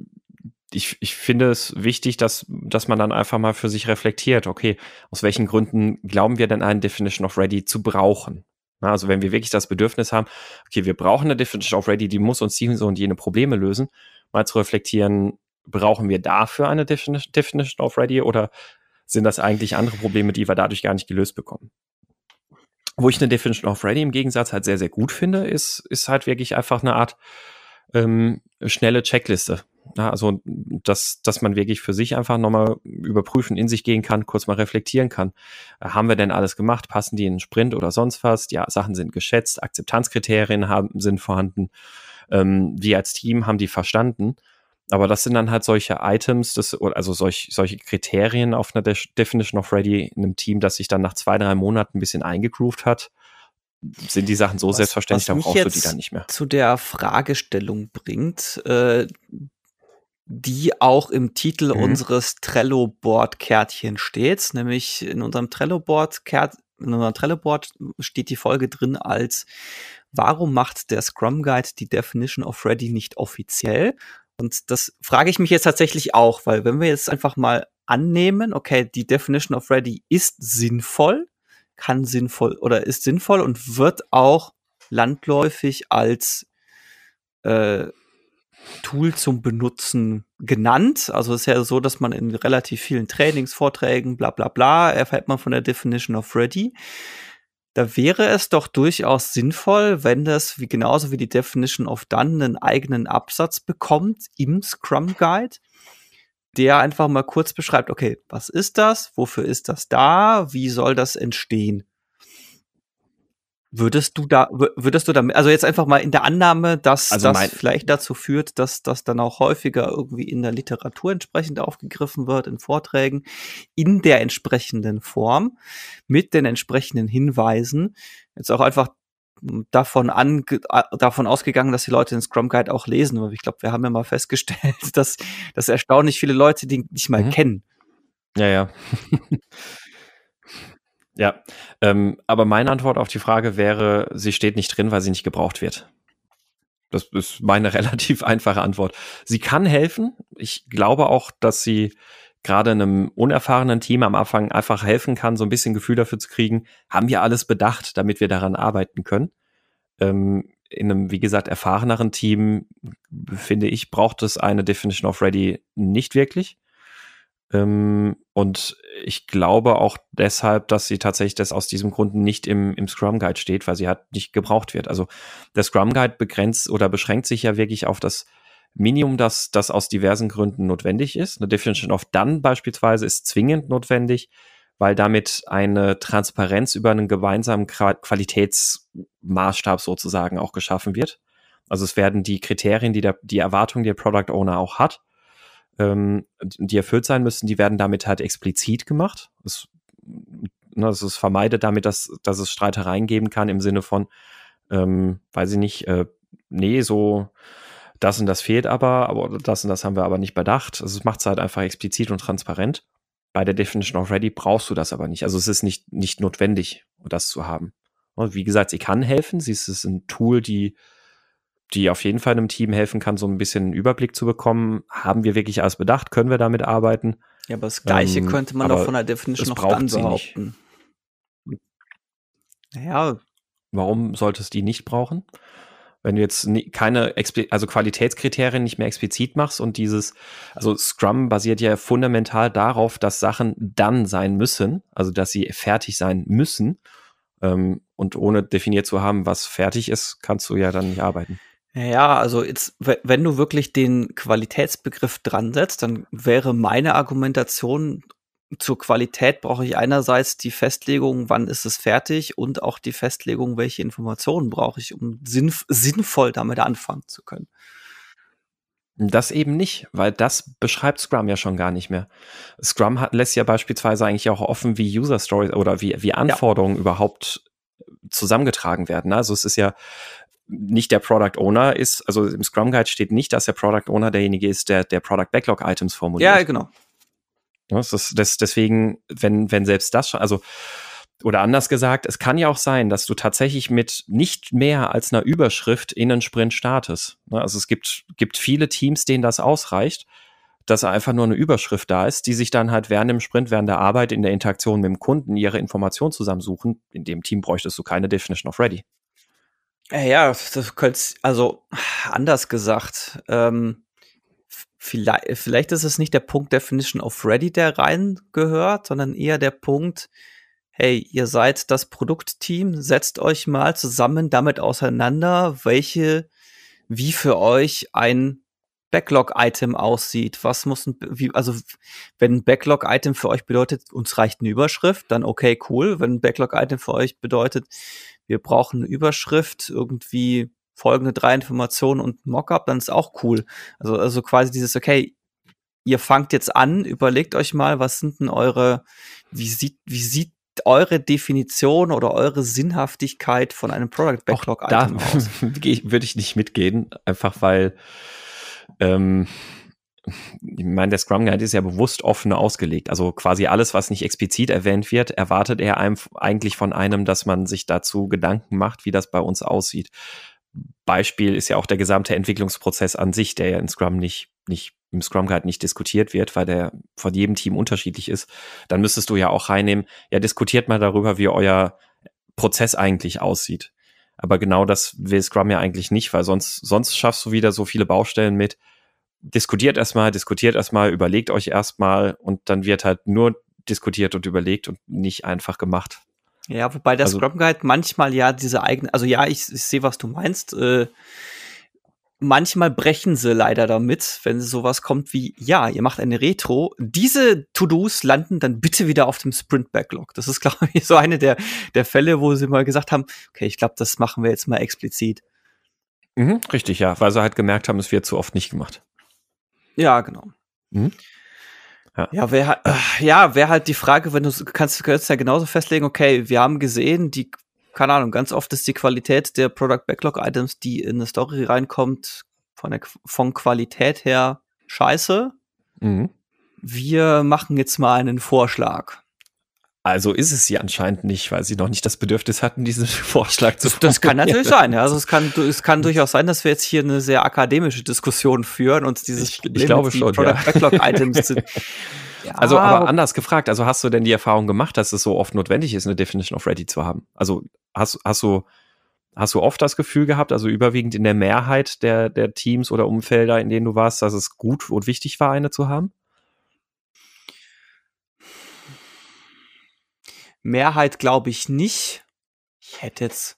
ich finde es wichtig, dass man dann einfach mal für sich reflektiert, okay, aus welchen Gründen glauben wir denn eine Definition of Ready zu brauchen? Na, also wenn wir wirklich das Bedürfnis haben, okay, wir brauchen eine Definition of Ready, die muss uns diese und jene Probleme lösen, mal zu reflektieren, brauchen wir dafür eine Definition of Ready oder sind das eigentlich andere Probleme, die wir dadurch gar nicht gelöst bekommen? Wo ich eine Definition of Ready im Gegensatz halt sehr, sehr gut finde, ist halt wirklich einfach eine Art schnelle Checkliste. Ja, also, dass man wirklich für sich einfach nochmal überprüfen, in sich gehen kann, kurz mal reflektieren kann. Haben wir denn alles gemacht? Passen die in den Sprint oder sonst was? Die Sachen sind geschätzt, Akzeptanzkriterien sind vorhanden. Wir als Team haben die verstanden. Aber das sind dann halt solche Items, also solche Kriterien auf einer Definition of Ready in einem Team, das sich dann nach 2-3 Monaten ein bisschen eingegroovt hat, sind die Sachen so selbstverständlich, dann brauchst du die dann nicht mehr. Zu der Fragestellung bringt, die auch im Titel unseres Trello-Board-Kärtchen steht, nämlich in unserem Trello-Board steht die Folge drin als Warum macht der Scrum Guide die Definition of Ready nicht offiziell? Und das frage ich mich jetzt tatsächlich auch, weil wenn wir jetzt einfach mal annehmen, okay, die Definition of Ready ist sinnvoll, ist sinnvoll und wird auch landläufig als Tool zum Benutzen genannt. Also es ist ja so, dass man in relativ vielen Trainings, Vorträgen, bla bla bla, erfährt man von der Definition of Ready. Da wäre es doch durchaus sinnvoll, wenn das genauso wie die Definition of Done einen eigenen Absatz bekommt im Scrum Guide, der einfach mal kurz beschreibt, okay, was ist das? Wofür ist das da? Wie soll das entstehen? Würdest du da, also jetzt einfach mal in der Annahme, dass Also das vielleicht dazu führt, dass das dann auch häufiger irgendwie in der Literatur entsprechend aufgegriffen wird, in Vorträgen, in der entsprechenden Form, mit den entsprechenden Hinweisen, jetzt auch einfach davon ausgegangen, dass die Leute den Scrum Guide auch lesen, weil ich glaube, wir haben ja mal festgestellt, dass erstaunlich viele Leute den nicht mal kennen. Ja. Ja, aber meine Antwort auf die Frage wäre, sie steht nicht drin, weil sie nicht gebraucht wird. Das ist meine relativ einfache Antwort. Sie kann helfen. Ich glaube auch, dass sie gerade einem unerfahrenen Team am Anfang einfach helfen kann, so ein bisschen Gefühl dafür zu kriegen, haben wir alles bedacht, damit wir daran arbeiten können. In einem, wie gesagt, erfahreneren Team, finde ich, braucht es eine Definition of Ready nicht wirklich. Und ich glaube auch deshalb, dass sie tatsächlich das aus diesem Grund nicht im Scrum Guide steht, weil sie halt nicht gebraucht wird. Also der Scrum Guide begrenzt oder beschränkt sich ja wirklich auf das Minimum, das aus diversen Gründen notwendig ist. Eine Definition of Done beispielsweise ist zwingend notwendig, weil damit eine Transparenz über einen gemeinsamen Qualitätsmaßstab sozusagen auch geschaffen wird. Also es werden die Kriterien, die Erwartungen, die der Product Owner auch hat, die erfüllt sein müssen, die werden damit halt explizit gemacht. Es vermeidet damit, dass es Streitereien geben kann im Sinne von, weiß ich nicht, nee, so das und das fehlt aber das und das haben wir aber nicht bedacht. Also es macht es halt einfach explizit und transparent. Bei der Definition of Ready brauchst du das aber nicht. Also es ist nicht notwendig, das zu haben. Und wie gesagt, sie kann helfen. Sie ist ein Tool, die auf jeden Fall einem Team helfen kann, so ein bisschen einen Überblick zu bekommen. Haben wir wirklich alles bedacht? Können wir damit arbeiten? Ja, aber das Gleiche könnte man doch von der Definition of Done behaupten. Naja. Warum sollte es die nicht brauchen? Wenn du jetzt keine Qualitätskriterien nicht mehr explizit machst und also Scrum basiert ja fundamental darauf, dass Sachen dann sein müssen, also dass sie fertig sein müssen. Und ohne definiert zu haben, was fertig ist, kannst du ja dann nicht arbeiten. Ja, also jetzt, wenn du wirklich den Qualitätsbegriff dran setzt, dann wäre meine Argumentation, zur Qualität brauche ich einerseits die Festlegung, wann ist es fertig, und auch die Festlegung, welche Informationen brauche ich, um sinnvoll damit anfangen zu können. Das eben nicht, weil das beschreibt Scrum ja schon gar nicht mehr. Scrum lässt ja beispielsweise eigentlich auch offen, wie User Stories oder wie Anforderungen überhaupt zusammengetragen werden. Also es ist ja nicht der Product Owner ist, also im Scrum Guide steht nicht, dass der Product Owner derjenige ist, der Product Backlog Items formuliert. Ja, genau. Deswegen, wenn selbst das schon, also, oder anders gesagt, es kann ja auch sein, dass du tatsächlich mit nicht mehr als einer Überschrift in einen Sprint startest. Also es gibt viele Teams, denen das ausreicht, dass einfach nur eine Überschrift da ist, die sich dann halt während dem Sprint, während der Arbeit, in der Interaktion mit dem Kunden ihre Informationen zusammensuchen. In dem Team bräuchtest du keine Definition of Ready. Ja, das könnte, also anders gesagt, vielleicht ist es nicht der Punkt Definition of Ready, der rein gehört, sondern eher der Punkt, hey, ihr seid das Produktteam, setzt euch mal zusammen damit auseinander, wie für euch ein Backlog-Item aussieht. Wenn ein Backlog-Item für euch bedeutet, uns reicht eine Überschrift, dann okay, cool. Wenn ein Backlog-Item für euch bedeutet, wir brauchen eine Überschrift, irgendwie folgende 3 Informationen und ein Mockup, dann ist auch cool. Also quasi dieses, okay, ihr fangt jetzt an, überlegt euch mal, was sind denn wie sieht eure Definition oder eure Sinnhaftigkeit von einem Product Backlog Item aus? Würde ich nicht mitgehen, einfach weil ich meine, der Scrum Guide ist ja bewusst offen ausgelegt. Also quasi alles, was nicht explizit erwähnt wird, erwartet er eigentlich von einem, dass man sich dazu Gedanken macht, wie das bei uns aussieht. Beispiel ist ja auch der gesamte Entwicklungsprozess an sich, der ja in Scrum im Scrum Guide nicht diskutiert wird, weil der von jedem Team unterschiedlich ist. Dann müsstest du ja auch reinnehmen, ja, diskutiert mal darüber, wie euer Prozess eigentlich aussieht. Aber genau das will Scrum ja eigentlich nicht, weil sonst schaffst du wieder so viele Baustellen mit. Diskutiert erstmal, überlegt euch erstmal, und dann wird halt nur diskutiert und überlegt und nicht einfach gemacht. Ja, wobei der Scrum Guide manchmal ja diese eigene, also ja, ich sehe, was du meinst. manchmal brechen sie leider damit, wenn sowas kommt wie, ja, ihr macht eine Retro. Diese To-Dos landen dann bitte wieder auf dem Sprint-Backlog. Das ist, glaube ich, so eine der Fälle, wo sie mal gesagt haben, okay, ich glaube, das machen wir jetzt mal explizit. Richtig, ja, weil sie halt gemerkt haben, es wird zu oft nicht gemacht. Ja, genau. Ja, wäre halt die Frage, wenn du kannst ja genauso festlegen, okay, wir haben gesehen, keine Ahnung, ganz oft ist die Qualität der Product Backlog Items, die in eine Story reinkommt, von Qualität her scheiße. Wir machen jetzt mal einen Vorschlag. Also ist es sie anscheinend nicht, weil sie noch nicht das Bedürfnis hatten, diesen Vorschlag zu formulieren. Das kann natürlich sein. Ja. Also es kann durchaus sein, dass wir jetzt hier eine sehr akademische Diskussion führen und dieses Problem, ich glaube schon, Product Backlog Items sind. Ja, also, aber anders gefragt, also hast du denn die Erfahrung gemacht, dass es so oft notwendig ist, eine Definition of Ready zu haben? Also hast du oft das Gefühl gehabt, also überwiegend in der Mehrheit der Teams oder Umfelder, in denen du warst, dass es gut und wichtig war, eine zu haben? Mehrheit glaube ich nicht. Ich hätte jetzt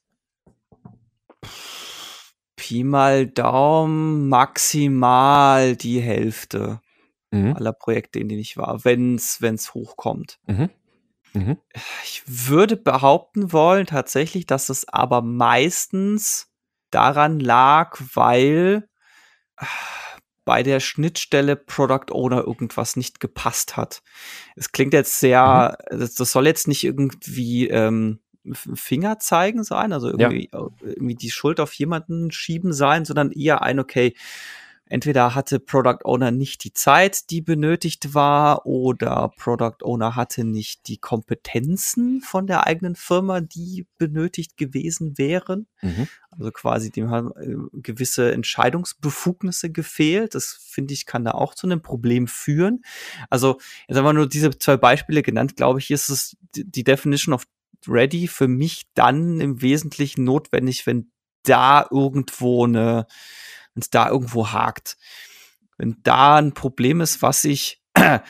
Pi mal Daumen maximal die Hälfte aller Projekte, in denen ich war, wenn's hochkommt. Ich würde behaupten wollen tatsächlich, dass es aber meistens daran lag, weil bei der Schnittstelle Product Owner irgendwas nicht gepasst hat. Es klingt jetzt sehr, das soll jetzt nicht irgendwie Finger zeigen sein, also irgendwie die Schuld auf jemanden schieben sein, sondern eher okay, entweder hatte Product Owner nicht die Zeit, die benötigt war, oder Product Owner hatte nicht die Kompetenzen von der eigenen Firma, die benötigt gewesen wären. Also quasi dem haben gewisse Entscheidungsbefugnisse gefehlt. Das, finde ich, kann da auch zu einem Problem führen. Also jetzt haben wir nur diese 2 Beispiele genannt, glaube ich, ist es die Definition of Ready für mich dann im Wesentlichen notwendig, wenn da irgendwo wenn es da irgendwo hakt. Wenn da ein Problem ist, was ich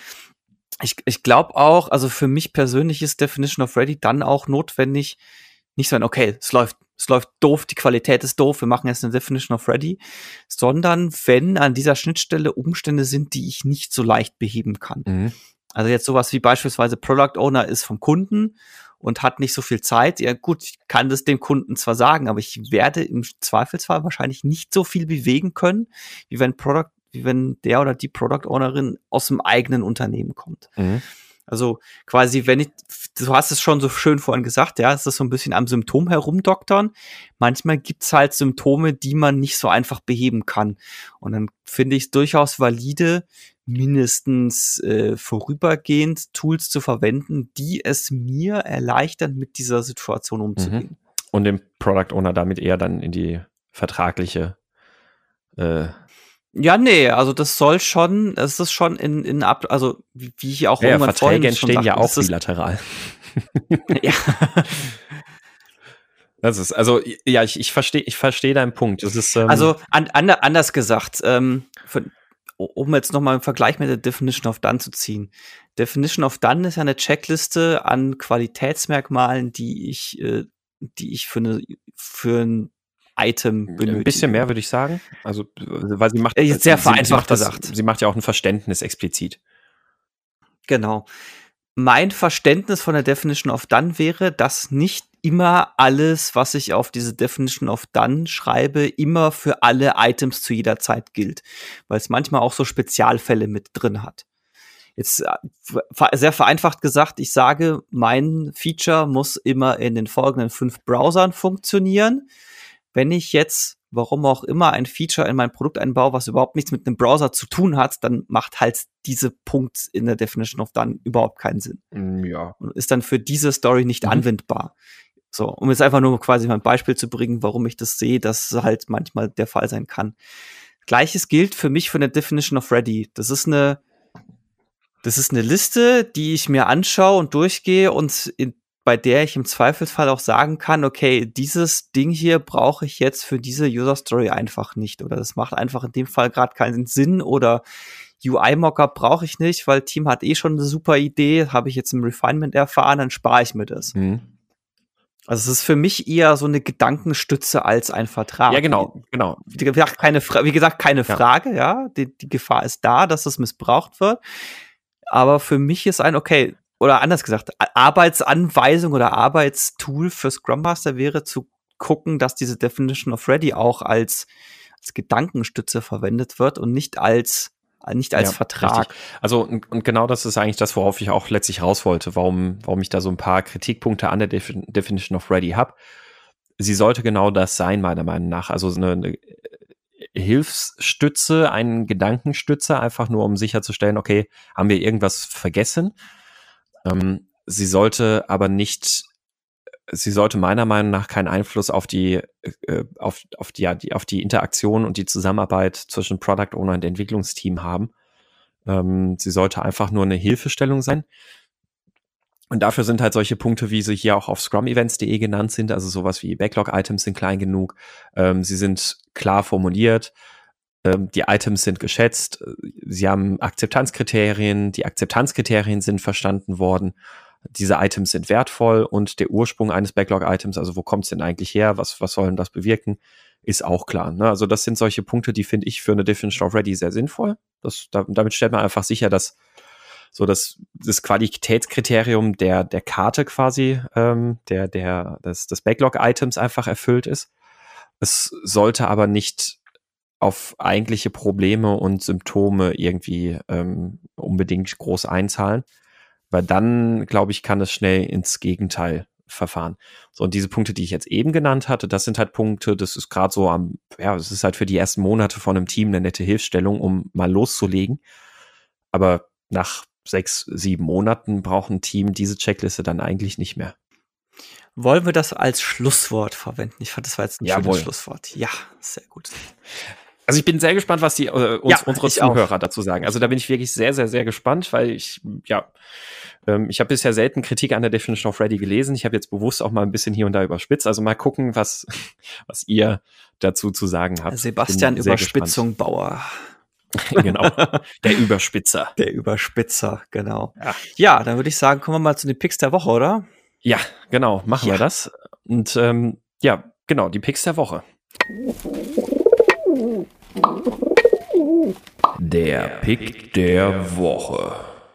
glaube auch, also für mich persönlich ist Definition of Ready dann auch notwendig, nicht so okay, es läuft doof, die Qualität ist doof, wir machen jetzt eine Definition of Ready, sondern wenn an dieser Schnittstelle Umstände sind, die ich nicht so leicht beheben kann. Also jetzt sowas wie beispielsweise Product Owner ist vom Kunden und hat nicht so viel Zeit. Ja gut, ich kann das dem Kunden zwar sagen, aber ich werde im Zweifelsfall wahrscheinlich nicht so viel bewegen können, wie wenn der oder die Product Ownerin aus dem eigenen Unternehmen kommt. Also quasi, du hast es schon so schön vorhin gesagt, ja, es ist so ein bisschen am Symptom herumdoktern. Manchmal gibt's halt Symptome, die man nicht so einfach beheben kann. Und dann finde ich es durchaus valide, mindestens vorübergehend Tools zu verwenden, die es mir erleichtern, mit dieser Situation umzugehen. Und den Product Owner damit eher dann in die vertragliche ja, nee, also das ist schon also wie ich auch irgendwann Verträge entstehen ja auch bilateral. Ja. Das ist, also, ja, ich verstehe deinen Punkt. Das ist, also, anders gesagt, um jetzt nochmal einen Vergleich mit der Definition of Done zu ziehen. Definition of Done ist ja eine Checkliste an Qualitätsmerkmalen, die ich für ein Item benötige. Ein bisschen mehr, würde ich sagen. Also, weil sie macht jetzt sehr vereinfacht gesagt. Sie macht ja auch ein Verständnis explizit. Genau. Mein Verständnis von der Definition of Done wäre, dass nicht immer alles, was ich auf diese Definition of Done schreibe, immer für alle Items zu jeder Zeit gilt, weil es manchmal auch so Spezialfälle mit drin hat. Jetzt sehr vereinfacht gesagt, ich sage, mein Feature muss immer in den folgenden 5 Browsern funktionieren. Wenn ich jetzt, warum auch immer, ein Feature in mein Produkt einbaue, was überhaupt nichts mit einem Browser zu tun hat, dann macht halt diese Punkt in der Definition of Done überhaupt keinen Sinn. Ja. Und ist dann für diese Story nicht anwendbar. So, um jetzt einfach nur quasi mal ein Beispiel zu bringen, warum ich das sehe, dass halt manchmal der Fall sein kann. Gleiches gilt für mich für eine Definition of Ready. Das ist eine Liste, die ich mir anschaue und durchgehe und bei der ich im Zweifelsfall auch sagen kann, okay, dieses Ding hier brauche ich jetzt für diese User Story einfach nicht, oder das macht einfach in dem Fall gerade keinen Sinn, oder UI-Mockup brauche ich nicht, weil Team hat schon eine super Idee, habe ich jetzt im Refinement erfahren, dann spare ich mir das. Also es ist für mich eher so eine Gedankenstütze als ein Vertrag. Ja, genau. Wie gesagt, keine Ja. Frage, ja. Die Gefahr ist da, dass es missbraucht wird. Aber für mich ist okay, oder anders gesagt, Arbeitsanweisung oder Arbeitstool für Scrum Master wäre zu gucken, dass diese Definition of Ready auch als Gedankenstütze verwendet wird und nicht als Vertrag. Richtig. Also und genau das ist eigentlich das, worauf ich auch letztlich raus wollte, warum ich da so ein paar Kritikpunkte an der Definition of Ready habe. Sie sollte genau das sein, meiner Meinung nach. Also eine Hilfsstütze, einen Gedankenstütze, einfach nur um sicherzustellen, okay, haben wir irgendwas vergessen? Sie sollte aber nicht, sie sollte meiner Meinung nach keinen Einfluss auf die Interaktion und die Zusammenarbeit zwischen Product Owner und Entwicklungsteam haben. Sie sollte einfach nur eine Hilfestellung sein. Und dafür sind halt solche Punkte, wie sie hier auch auf scrumevents.de genannt sind, also sowas wie Backlog-Items sind klein genug, sie sind klar formuliert, die Items sind geschätzt, sie haben Akzeptanzkriterien, die Akzeptanzkriterien sind verstanden worden, diese Items sind wertvoll und der Ursprung eines Backlog-Items, also wo kommt es denn eigentlich her, was soll denn das bewirken, ist auch klar. Ne? Also das sind solche Punkte, die finde ich für eine Definition of Ready sehr sinnvoll. Damit stellt man einfach sicher, dass so das Qualitätskriterium der Karte quasi, des Backlog-Items einfach erfüllt ist. Es sollte aber nicht auf eigentliche Probleme und Symptome irgendwie unbedingt groß einzahlen, weil dann, glaube ich, kann es schnell ins Gegenteil verfahren. So, und diese Punkte, die ich jetzt eben genannt hatte, das sind halt Punkte, das ist gerade so es ist halt für die ersten Monate von einem Team eine nette Hilfsstellung, um mal loszulegen. Aber nach 6, 7 Monaten braucht ein Team diese Checkliste dann eigentlich nicht mehr. Wollen wir das als Schlusswort verwenden? Ich fand, das war jetzt ein schönes Schlusswort. Ja, sehr gut. Also ich bin sehr gespannt, was unsere Zuhörer dazu sagen. Also da bin ich wirklich sehr, sehr, sehr gespannt, weil ich habe bisher selten Kritik an der Definition of Ready gelesen. Ich habe jetzt bewusst auch mal ein bisschen hier und da überspitzt. Also mal gucken, was ihr dazu zu sagen habt. Sebastian Überspitzung Bauer. Genau, der Überspitzer. Der Überspitzer, genau. Ja, dann würde ich sagen, kommen wir mal zu den Picks der Woche, oder? Ja, genau, machen wir das. Und genau, die Picks der Woche. Der Pick der Woche.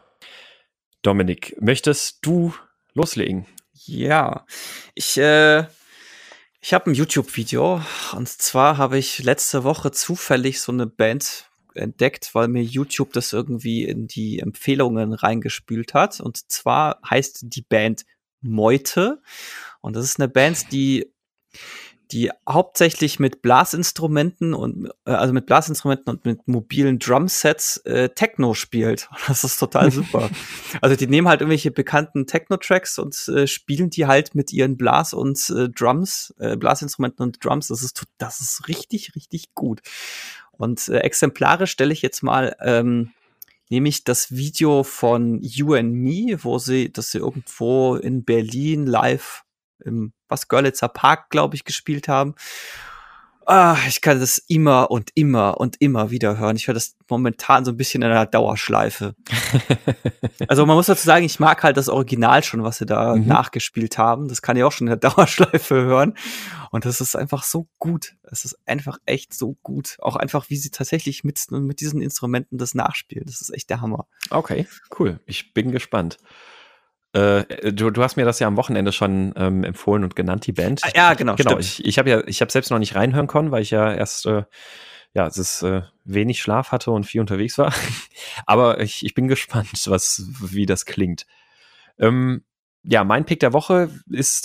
Dominik, möchtest du loslegen? Ja, ich habe ein YouTube-Video, und zwar habe ich letzte Woche zufällig so eine Band entdeckt, weil mir YouTube das irgendwie in die Empfehlungen reingespült hat. Und zwar heißt die Band Meute. Und das ist eine Band, die hauptsächlich mit Blasinstrumenten und mit mobilen Drumsets Techno spielt. Das ist total super. Also die nehmen halt irgendwelche bekannten Techno-Tracks und spielen die halt mit ihren Blasinstrumenten und Drums. Das ist richtig, richtig gut. Und exemplarisch stelle ich jetzt mal nämlich das Video von You and Me, dass sie irgendwo in Berlin live im Görlitzer Park, glaube ich, gespielt haben. Ich kann das immer und immer und immer wieder hören. Ich höre das momentan so ein bisschen in einer Dauerschleife. Also man muss dazu sagen, ich mag halt das Original schon, was sie da nachgespielt haben. Das kann ich auch schon in der Dauerschleife hören. Und das ist einfach so gut. Es ist einfach echt so gut. Auch einfach, wie sie tatsächlich mit diesen Instrumenten das nachspielen. Das ist echt der Hammer. Okay, cool. Ich bin gespannt. Du hast mir das ja am Wochenende schon empfohlen und genannt, die Band. Ja, genau. Ich habe selbst noch nicht reinhören können, weil ich ja erst wenig Schlaf hatte und viel unterwegs war. Aber ich bin gespannt, wie das klingt. Mein Pick der Woche ist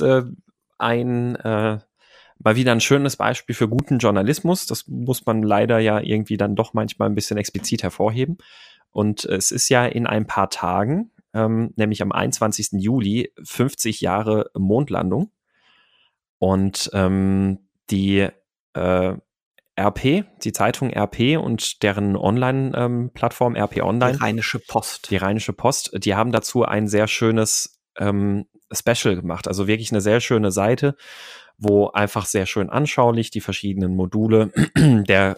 mal wieder ein schönes Beispiel für guten Journalismus. Das muss man leider ja irgendwie dann doch manchmal ein bisschen explizit hervorheben. Und es ist ja in ein paar Tagen, nämlich am 21. Juli, 50 Jahre Mondlandung. Und die RP, die Zeitung RP und deren Online-Plattform RP Online. Die Rheinische Post, die haben dazu ein sehr schönes Special gemacht. Also wirklich eine sehr schöne Seite, wo einfach sehr schön anschaulich die verschiedenen Module der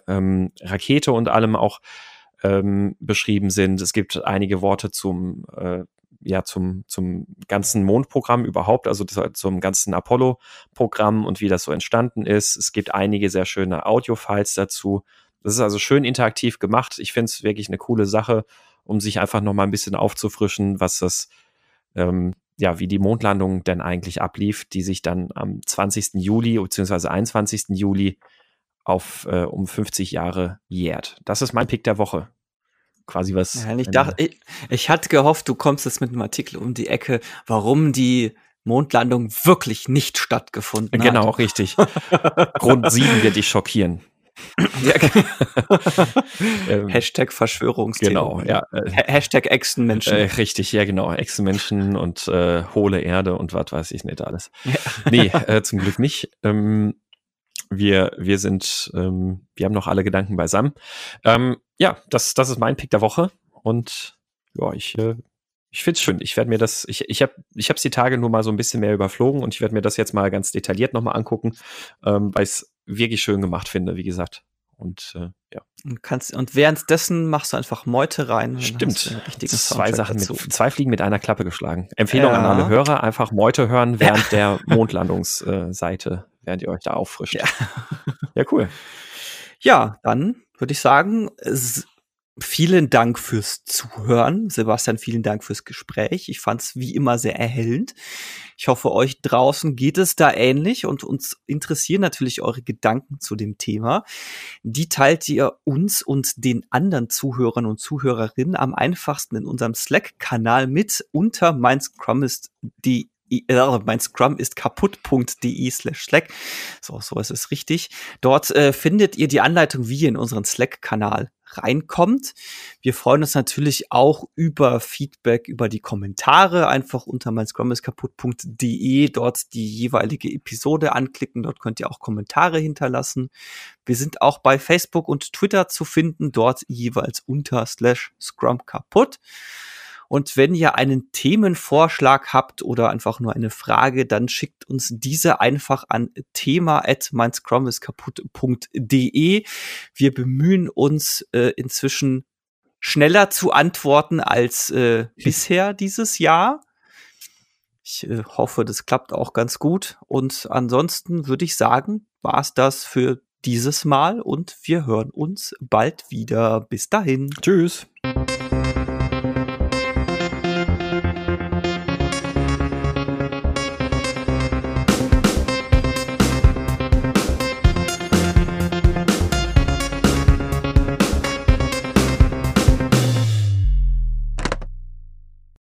Rakete und allem auch beschrieben sind. Es gibt einige Worte zum zum ganzen Mondprogramm überhaupt, also zum ganzen Apollo-Programm und wie das so entstanden ist. Es gibt einige sehr schöne Audio-Files dazu. Das ist also schön interaktiv gemacht. Ich finde es wirklich eine coole Sache, um sich einfach noch mal ein bisschen aufzufrischen, was das, wie die Mondlandung denn eigentlich ablief, die sich dann am 20. Juli bzw. 21. Juli um 50 Jahre jährt. Das ist mein Pick der Woche. Quasi was. Ja, ich hatte gehofft, du kommst jetzt mit einem Artikel um die Ecke, warum die Mondlandung wirklich nicht stattgefunden hat. Genau, richtig. Grund 7 wird dich schockieren. Ja, Hashtag Verschwörungstheorie. Genau, ja. Hashtag Echsenmenschen. Richtig, ja genau. Echsenmenschen und hohle Erde und was weiß ich nicht alles. Ja. Nee, zum Glück nicht. Wir haben noch alle Gedanken beisammen. Das ist mein Pick der Woche. Und ja, ich finde es schön. Ich werde mir das, ich habe es die Tage nur mal so ein bisschen mehr überflogen und ich werde mir das jetzt mal ganz detailliert nochmal angucken, weil ich es wirklich schön gemacht finde, wie gesagt. Und ja. Und währenddessen machst du einfach Meute rein. Stimmt. Zwei Fliegen mit einer Klappe geschlagen. Empfehlung an alle Hörer, einfach Meute hören während der Mondlandungsseite, während ihr euch da auffrischt. Ja, cool. Ja, dann würde ich sagen, vielen Dank fürs Zuhören. Sebastian, vielen Dank fürs Gespräch. Ich fand es wie immer sehr erhellend. Ich hoffe, euch draußen geht es da ähnlich und uns interessieren natürlich eure Gedanken zu dem Thema. Die teilt ihr uns und den anderen Zuhörern und Zuhörerinnen am einfachsten in unserem Slack-Kanal mit unter mein Scrum ist kaputt.de/Slack. So ist es richtig. Dort findet ihr die Anleitung, wie ihr in unseren Slack-Kanal reinkommt. Wir freuen uns natürlich auch über Feedback, über die Kommentare. Einfach unter meinscrumiskaputt.de dort die jeweilige Episode anklicken. Dort könnt ihr auch Kommentare hinterlassen. Wir sind auch bei Facebook und Twitter zu finden. Dort jeweils unter /scrumkaputt. Und wenn ihr einen Themenvorschlag habt oder einfach nur eine Frage, dann schickt uns diese einfach an thema@meinscrumiskaputt.de. Wir bemühen uns inzwischen schneller zu antworten als bisher dieses Jahr. Ich hoffe, das klappt auch ganz gut. Und ansonsten würde ich sagen, war es das für dieses Mal und wir hören uns bald wieder. Bis dahin. Tschüss.